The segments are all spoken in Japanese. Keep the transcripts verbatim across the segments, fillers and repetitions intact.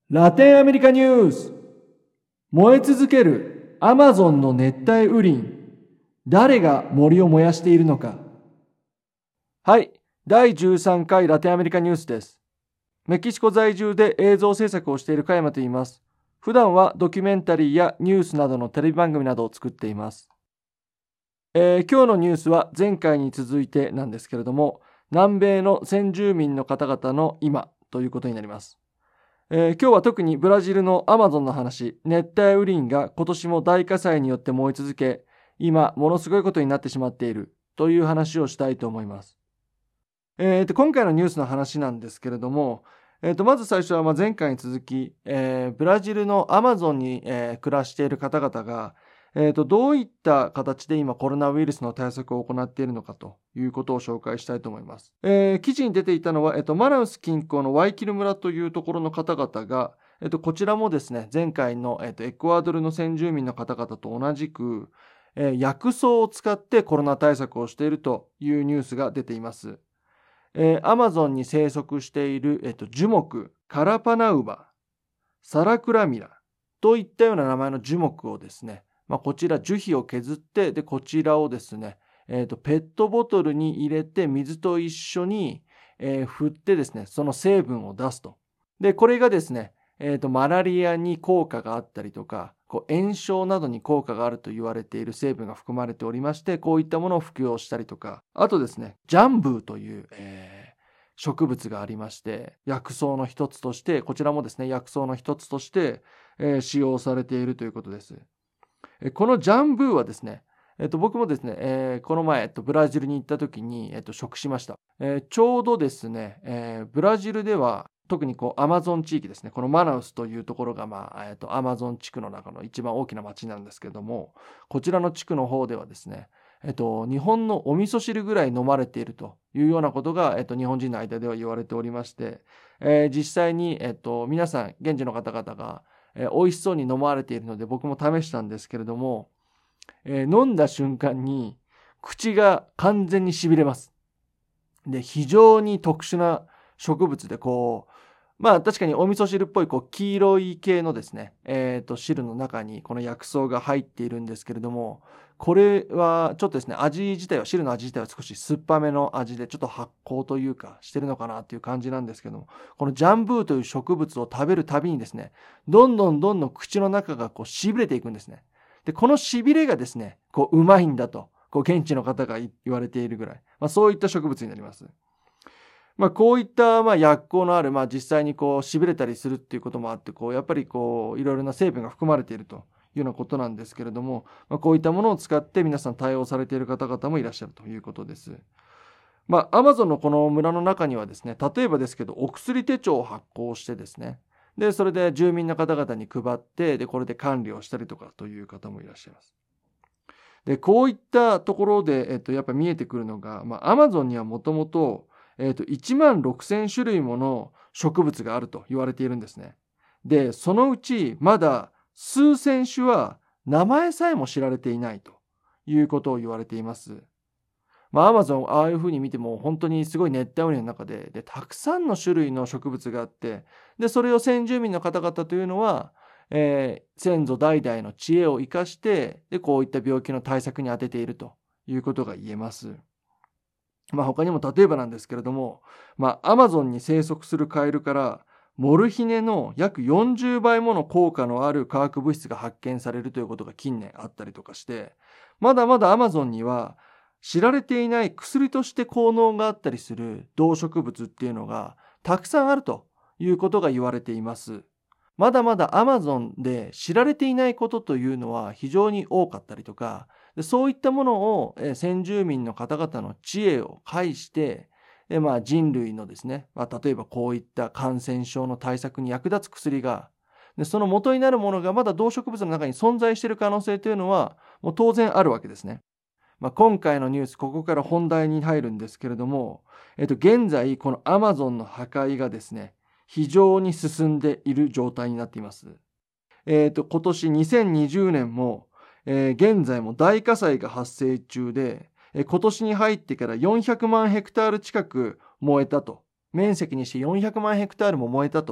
ラテンアメリカニュース。燃え続けるアマゾンの熱帯雨林。誰が森を燃やしているのか。はい、だいじゅうさんかいラテンアメリカニュースです。メキシコ在住で映像制作をしている加山と言います。普段はドキュメンタリーやニュースなどのテレビ番組などを作っています。えー、今日のニュースは前回に続いてなんですけれども、南米の先住民の方々の今ということになります。えー、今日は特にブラジルのアマゾンの話、熱帯雨林が今年も大火災によって燃え続け、今ものすごいことになってしまっているという話をしたいと思います。えー、と今回のニュースの話なんですけれども、えー、とまず最初はまあ前回に続き、えー、ブラジルのアマゾンに、えー、暮らしている方々が、えー、とどういった形で今コロナウイルスの対策を行っているのかということを紹介したいと思います。えー、記事に出ていたのは、えー、とマナウス近郊のワイキル村というところの方々が、えー、とこちらもですね、前回の、えー、とエクアドルの先住民の方々と同じく、えー、薬草を使ってコロナ対策をしているというニュースが出ています。えー、アマゾンに生息している、えー、と樹木、カラパナウバ、サラクラミラといったような名前の樹木をですね、まあ、こちら樹皮を削って、でこちらをですね、えー、とペットボトルに入れて水と一緒に、えー、振ってですね、その成分を出すと。でこれがですね、えー、とマラリアに効果があったりとか、こう炎症などに効果があると言われている成分が含まれておりまして、こういったものを服用したりとか、あとですね、ジャンブーという、えー、植物がありまして、薬草の一つとして、こちらもですね、薬草の一つとして、えー、使用されているということです。このジャンブーはですね、えっと、僕もですね、えー、この前、えっと、ブラジルに行った時に、えっと、食しました。えー、ちょうどですね、えー、ブラジルでは特にこうアマゾン地域ですね、このマナウスというところが、まあえっと、アマゾン地区の中の一番大きな町なんですけども、こちらの地区の方ではですね、えっと、日本のお味噌汁ぐらい飲まれているというようなことが、えっと、日本人の間では言われておりまして、えー、実際に、えっと、皆さん現地の方々がえー、美味しそうに飲まれているので僕も試したんですけれども、えー、飲んだ瞬間に口が完全にしびれます。で、非常に特殊な植物で、こうまあ確かにお味噌汁っぽいこう黄色い系のですね、えー、と汁の中にこの薬草が入っているんですけれども、これはちょっとですね、味自体は汁の味自体は少し酸っぱめの味で、ちょっと発酵というかしてるのかなっていう感じなんですけども、このジャンブーという植物を食べるたびにですね、どんどんどんどん口の中がこうしびれていくんですね。でこのしびれがですね、こううまいんだとこう現地の方が言われているぐらい、まあ、そういった植物になります。まあ、こういったまあ薬効のある、まあ、実際にこうしびれたりするっていうこともあって、こうやっぱりこういろいろな成分が含まれているというようなことなんですけれども、まあ、こういったものを使って皆さん対応されている方々もいらっしゃるということです。まあ、アマゾンのこの村の中にはですね、例えばですけどお薬手帳を発行してですね、でそれで住民の方々に配って、でこれで管理をしたりとかという方もいらっしゃいます。でこういったところで、えっと、やっぱ見えてくるのが、まあ、アマゾンにはもともとえー、といちまんろくせん種類もの植物があると言われているんですね。でそのうちまだ数千種は名前さえも知られていないということを言われています。まあアマゾンああいうふうに見ても本当にすごい熱帯雨林の中で、でたくさんの種類の植物があって、でそれを先住民の方々というのは、えー、先祖代々の知恵を生かして、でこういった病気の対策に当てているということが言えます。まあ、他にも例えばなんですけれども、まあ、アマゾンに生息するカエルからモルヒネの約よんじゅうばいもの効果のある化学物質が発見されるということが近年あったりとかして、まだまだアマゾンには知られていない薬として効能があったりする動植物っていうのがたくさんあるということが言われています。まだまだアマゾンで知られていないことというのは非常に多かったりとか、でそういったものを、えー、先住民の方々の知恵を介して、でまあ、人類のですね、まあ、例えばこういった感染症の対策に役立つ薬が、でその元になるものがまだ動植物の中に存在している可能性というのはもう当然あるわけですね。まあ、今回のニュース、ここから本題に入るんですけれども、えっと、現在このアマゾンの破壊がですね、非常に進んでいる状態になっています。えっと、今年にせんにじゅうねんも、えー、現在も大火災が発生中で、えー、今年に入ってからよんひゃくまんヘクタール近く燃えたと。面積にしてよんひゃくまんヘクタールも燃えたと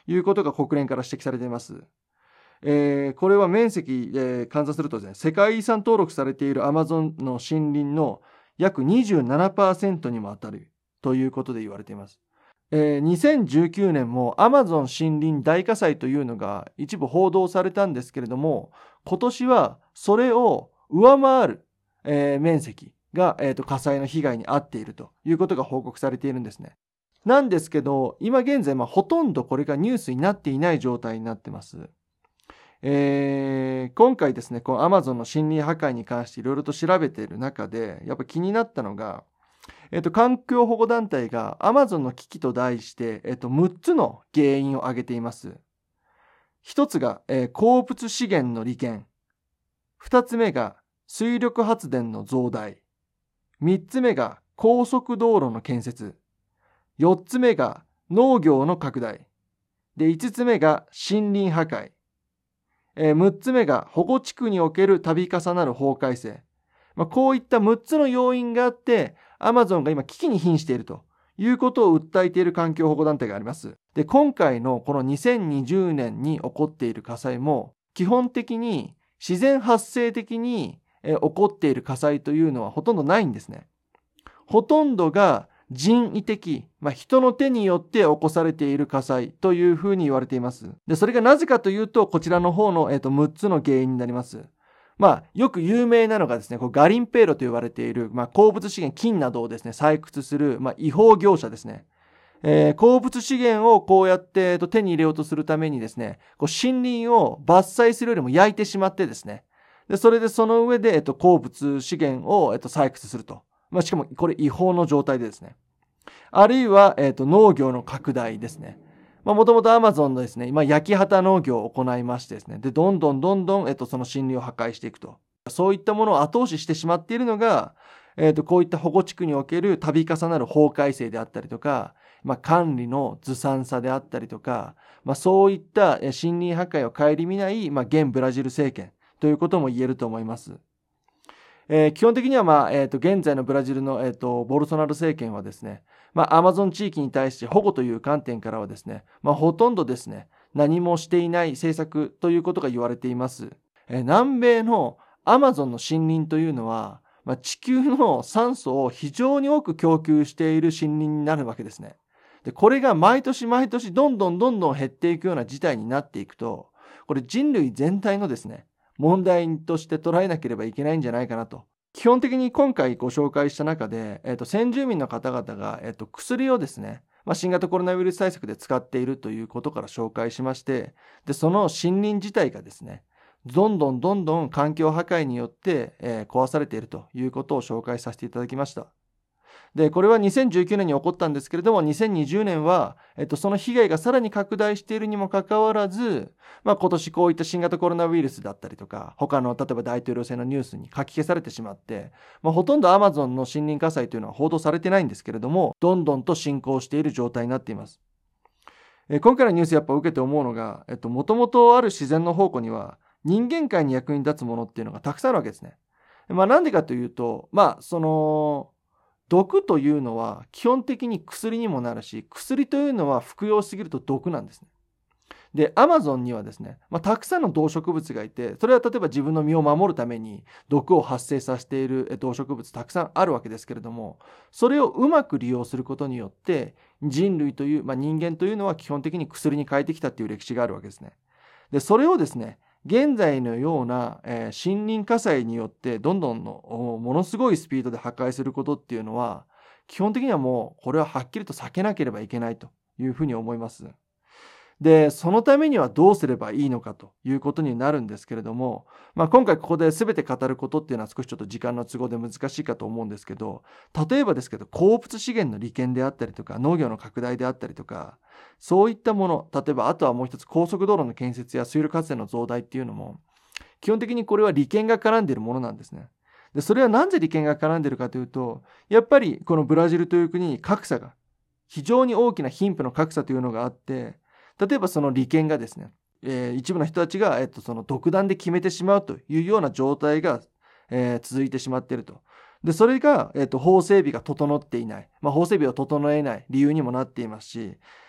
いうことが国連から指摘されています。えー、これは面積で換算するとですね、世界遺産登録されているアマゾンの森林の約 にじゅうななパーセント にも当たるということで言われています。えー、にせんじゅうきゅうねんもアマゾン森林大火災というのが一部報道されたんですけれども、今年はそれを上回る、えー、面積が、えーと、火災の被害に遭っているということが報告されているんですね。なんですけど、今現在、まあ、ほとんどこれがニュースになっていない状態になってます。えー、今回ですね、この Amazon の森林破壊に関していろいろと調べている中で、やっぱ気になったのが、えっと、環境保護団体が Amazon の危機と題して、えっと、むっつの原因を挙げています。一つが、えー、鉱物資源の利権。二つ目が水力発電の増大。三つ目が高速道路の建設。四つ目が農業の拡大。で、五つ目が森林破壊。えー、むっつめが保護地区における度重なる法改正。まあ、こういったむっつの要因があって、アマゾンが今危機に瀕しているということを訴えている環境保護団体があります。で、今回のこのにせんにじゅうねんに起こっている火災も、基本的に自然発生的に起こっている火災というのはほとんどないんですね。ほとんどが人為的、まあ、人の手によって起こされている火災というふうに言われています。で、それがなぜかというと、こちらの方の、えっと、むっつの原因になります。まあ、よく有名なのがですね、こうガリンペーロと言われている、まあ、鉱物資源、金などをですね、採掘する、まあ、違法業者ですね。えー、鉱物資源をこうやって、えっと、手に入れようとするためにですね、こう森林を伐採するよりも焼いてしまってですね、で、それでその上で、えっと、鉱物資源を、えっと、採掘すると。まあ、しかもこれ違法の状態でですね。あるいは、えっと、農業の拡大ですね。まあ、もともとアマゾンのですね、今、焼き畑農業を行いましてですね、で、どんどんどんどん、えっと、その森林を破壊していくと。そういったものを後押ししてしまっているのが、えっと、こういった保護地区における度重なる法改正であったりとか、まあ、管理のずさんさであったりとか、まあ、そういった森林破壊を顧みない、まあ、現ブラジル政権ということも言えると思います。えー、基本的には、まあ、えっと、現在のブラジルの、えっと、ボルソナロ政権はですね、まあ、アマゾン地域に対して保護という観点からはですね、まあ、ほとんどですね、何もしていない政策ということが言われています。えー、南米のアマゾンの森林というのは、まあ、地球の酸素を非常に多く供給している森林になるわけですね。で、これが毎年毎年どんどんどんどん減っていくような事態になっていくと、これ人類全体のですね、問題として捉えなければいけないんじゃないかなと。基本的に今回ご紹介した中で、えっと、先住民の方々が、えっと、薬をですね、まあ、新型コロナウイルス対策で使っているということから紹介しまして、で、その森林自体がですね、どんどんどんどん環境破壊によって、えー、壊されているということを紹介させていただきました。で、これはにせんじゅうきゅうねんに起こったんですけれども、にせんにじゅうねんは、えっと、その被害がさらに拡大しているにもかかわらず、まあ、今年こういった新型コロナウイルスだったりとか、他の例えば大統領選のニュースに書き消されてしまって、まあ、ほとんどアマゾンの森林火災というのは報道されてないんですけれども、どんどんと進行している状態になっています。え今回のニュースやっぱ受けて思うのが、えっと、もともとある自然の宝庫には、人間界に役に立つものっていうのがたくさんあるわけですね。まあ、なんでかというと、まあ、その、毒というのは基本的に薬にもなるし、薬というのは服用しすぎると毒なんですね。で、アマゾンにはですね、まあ、たくさんの動植物がいて、それは例えば自分の身を守るために毒を発生させている動植物たくさんあるわけですけれども、それをうまく利用することによって、人類という、まあ、人間というのは基本的に薬に変えてきたっていう歴史があるわけですね。で、それをですね、現在のような、えー、森林火災によってどんどんのものすごいスピードで破壊することっていうのは、基本的にはもうこれははっきりと避けなければいけないというふうに思います。で、そのためにはどうすればいいのかということになるんですけれども、まあ、今回ここで全て語ることっていうのは少しちょっと時間の都合で難しいかと思うんですけど、例えばですけど、鉱物資源の利権であったりとか、農業の拡大であったりとか、そういったもの、例えばあとはもう一つ高速道路の建設や水力発電の増大っていうのも、基本的にこれは利権が絡んでいるものなんですね。で、それはなぜ利権が絡んでいるかというと、やっぱりこのブラジルという国に格差が、非常に大きな貧富の格差というのがあって、例えばその利権がですね、えー、一部の人たちが、えっと、その独断で決めてしまうというような状態が、えー、続いてしまっていると。で、それが、えっと、法整備が整っていない。まあ、法整備を整えない理由にもなっていますし、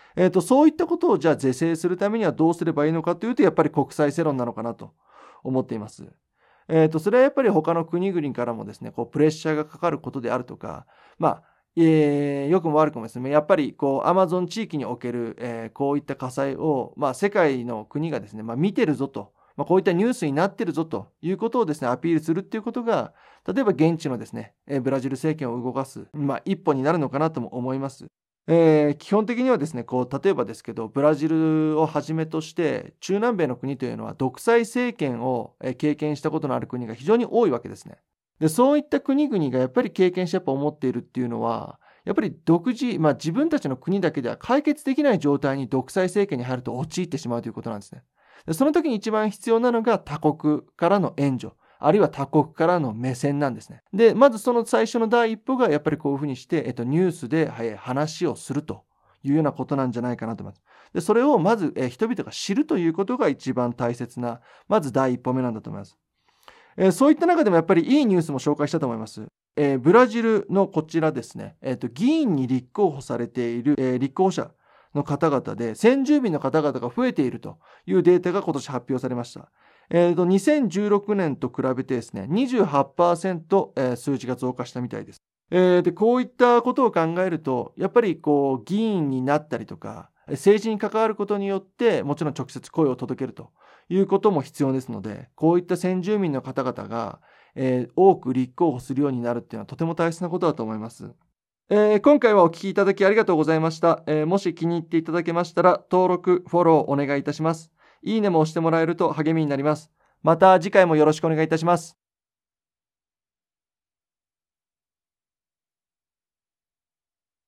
えっと、そういったことをじゃあ是正するためにはどうすればいいのかというと、やっぱり国際世論なのかなと思っています。えっと、それはやっぱり他の国々からもですね、こう、プレッシャーがかかることであるとか、まあ、えー、良くも悪くもですね、やっぱりこう、アマゾン地域における、えー、こういった火災を、まあ、世界の国がですね、まあ、見てるぞと、まあ、こういったニュースになってるぞということをですね、アピールするっていうことが、例えば現地のですね、えーブラジル政権を動かす、まあ、一歩になるのかなとも思います。えー基本的にはですね、こう、例えばですけど、ブラジルをはじめとして、中南米の国というのは独裁政権をえー経験したことのある国が非常に多いわけですね。で、そういった国々がやっぱり経験してやっぱ思っているっていうのは、やっぱり独自、まあ自分たちの国だけでは解決できない状態に独裁政権に入ると陥ってしまうということなんですね。で、その時に一番必要なのが他国からの援助、あるいは他国からの目線なんですね。で、まずその最初の第一歩がやっぱりこういうふうにして、えっと、ニュースではい話をするというようなことなんじゃないかなと思います。で、それをまず、えー人々が知るということが一番大切な、まず第一歩目なんだと思います。えーそういった中でもやっぱりいいニュースも紹介したと思います。えーブラジルのこちらですね、えっと、議員に立候補されている、えー立候補者の方々で、先住民の方々が増えているというデータが今年発表されました。えっと、にせんじゅうろくねんと比べてですね、にじゅうはちパーセント、えー数字が増加したみたいです。えーで、こういったことを考えると、やっぱりこう、議員になったりとか、政治に関わることによって、もちろん直接声を届けるということも必要ですので、こういった先住民の方々が、えー多く立候補するようになるっていうのはとても大切なことだと思います。えー今回はお聞きいただきありがとうございました。えーもし気に入っていただけましたら、登録、フォローお願いいたします。いいねも押してもらえると励みになります。また次回もよろしくお願いいたします。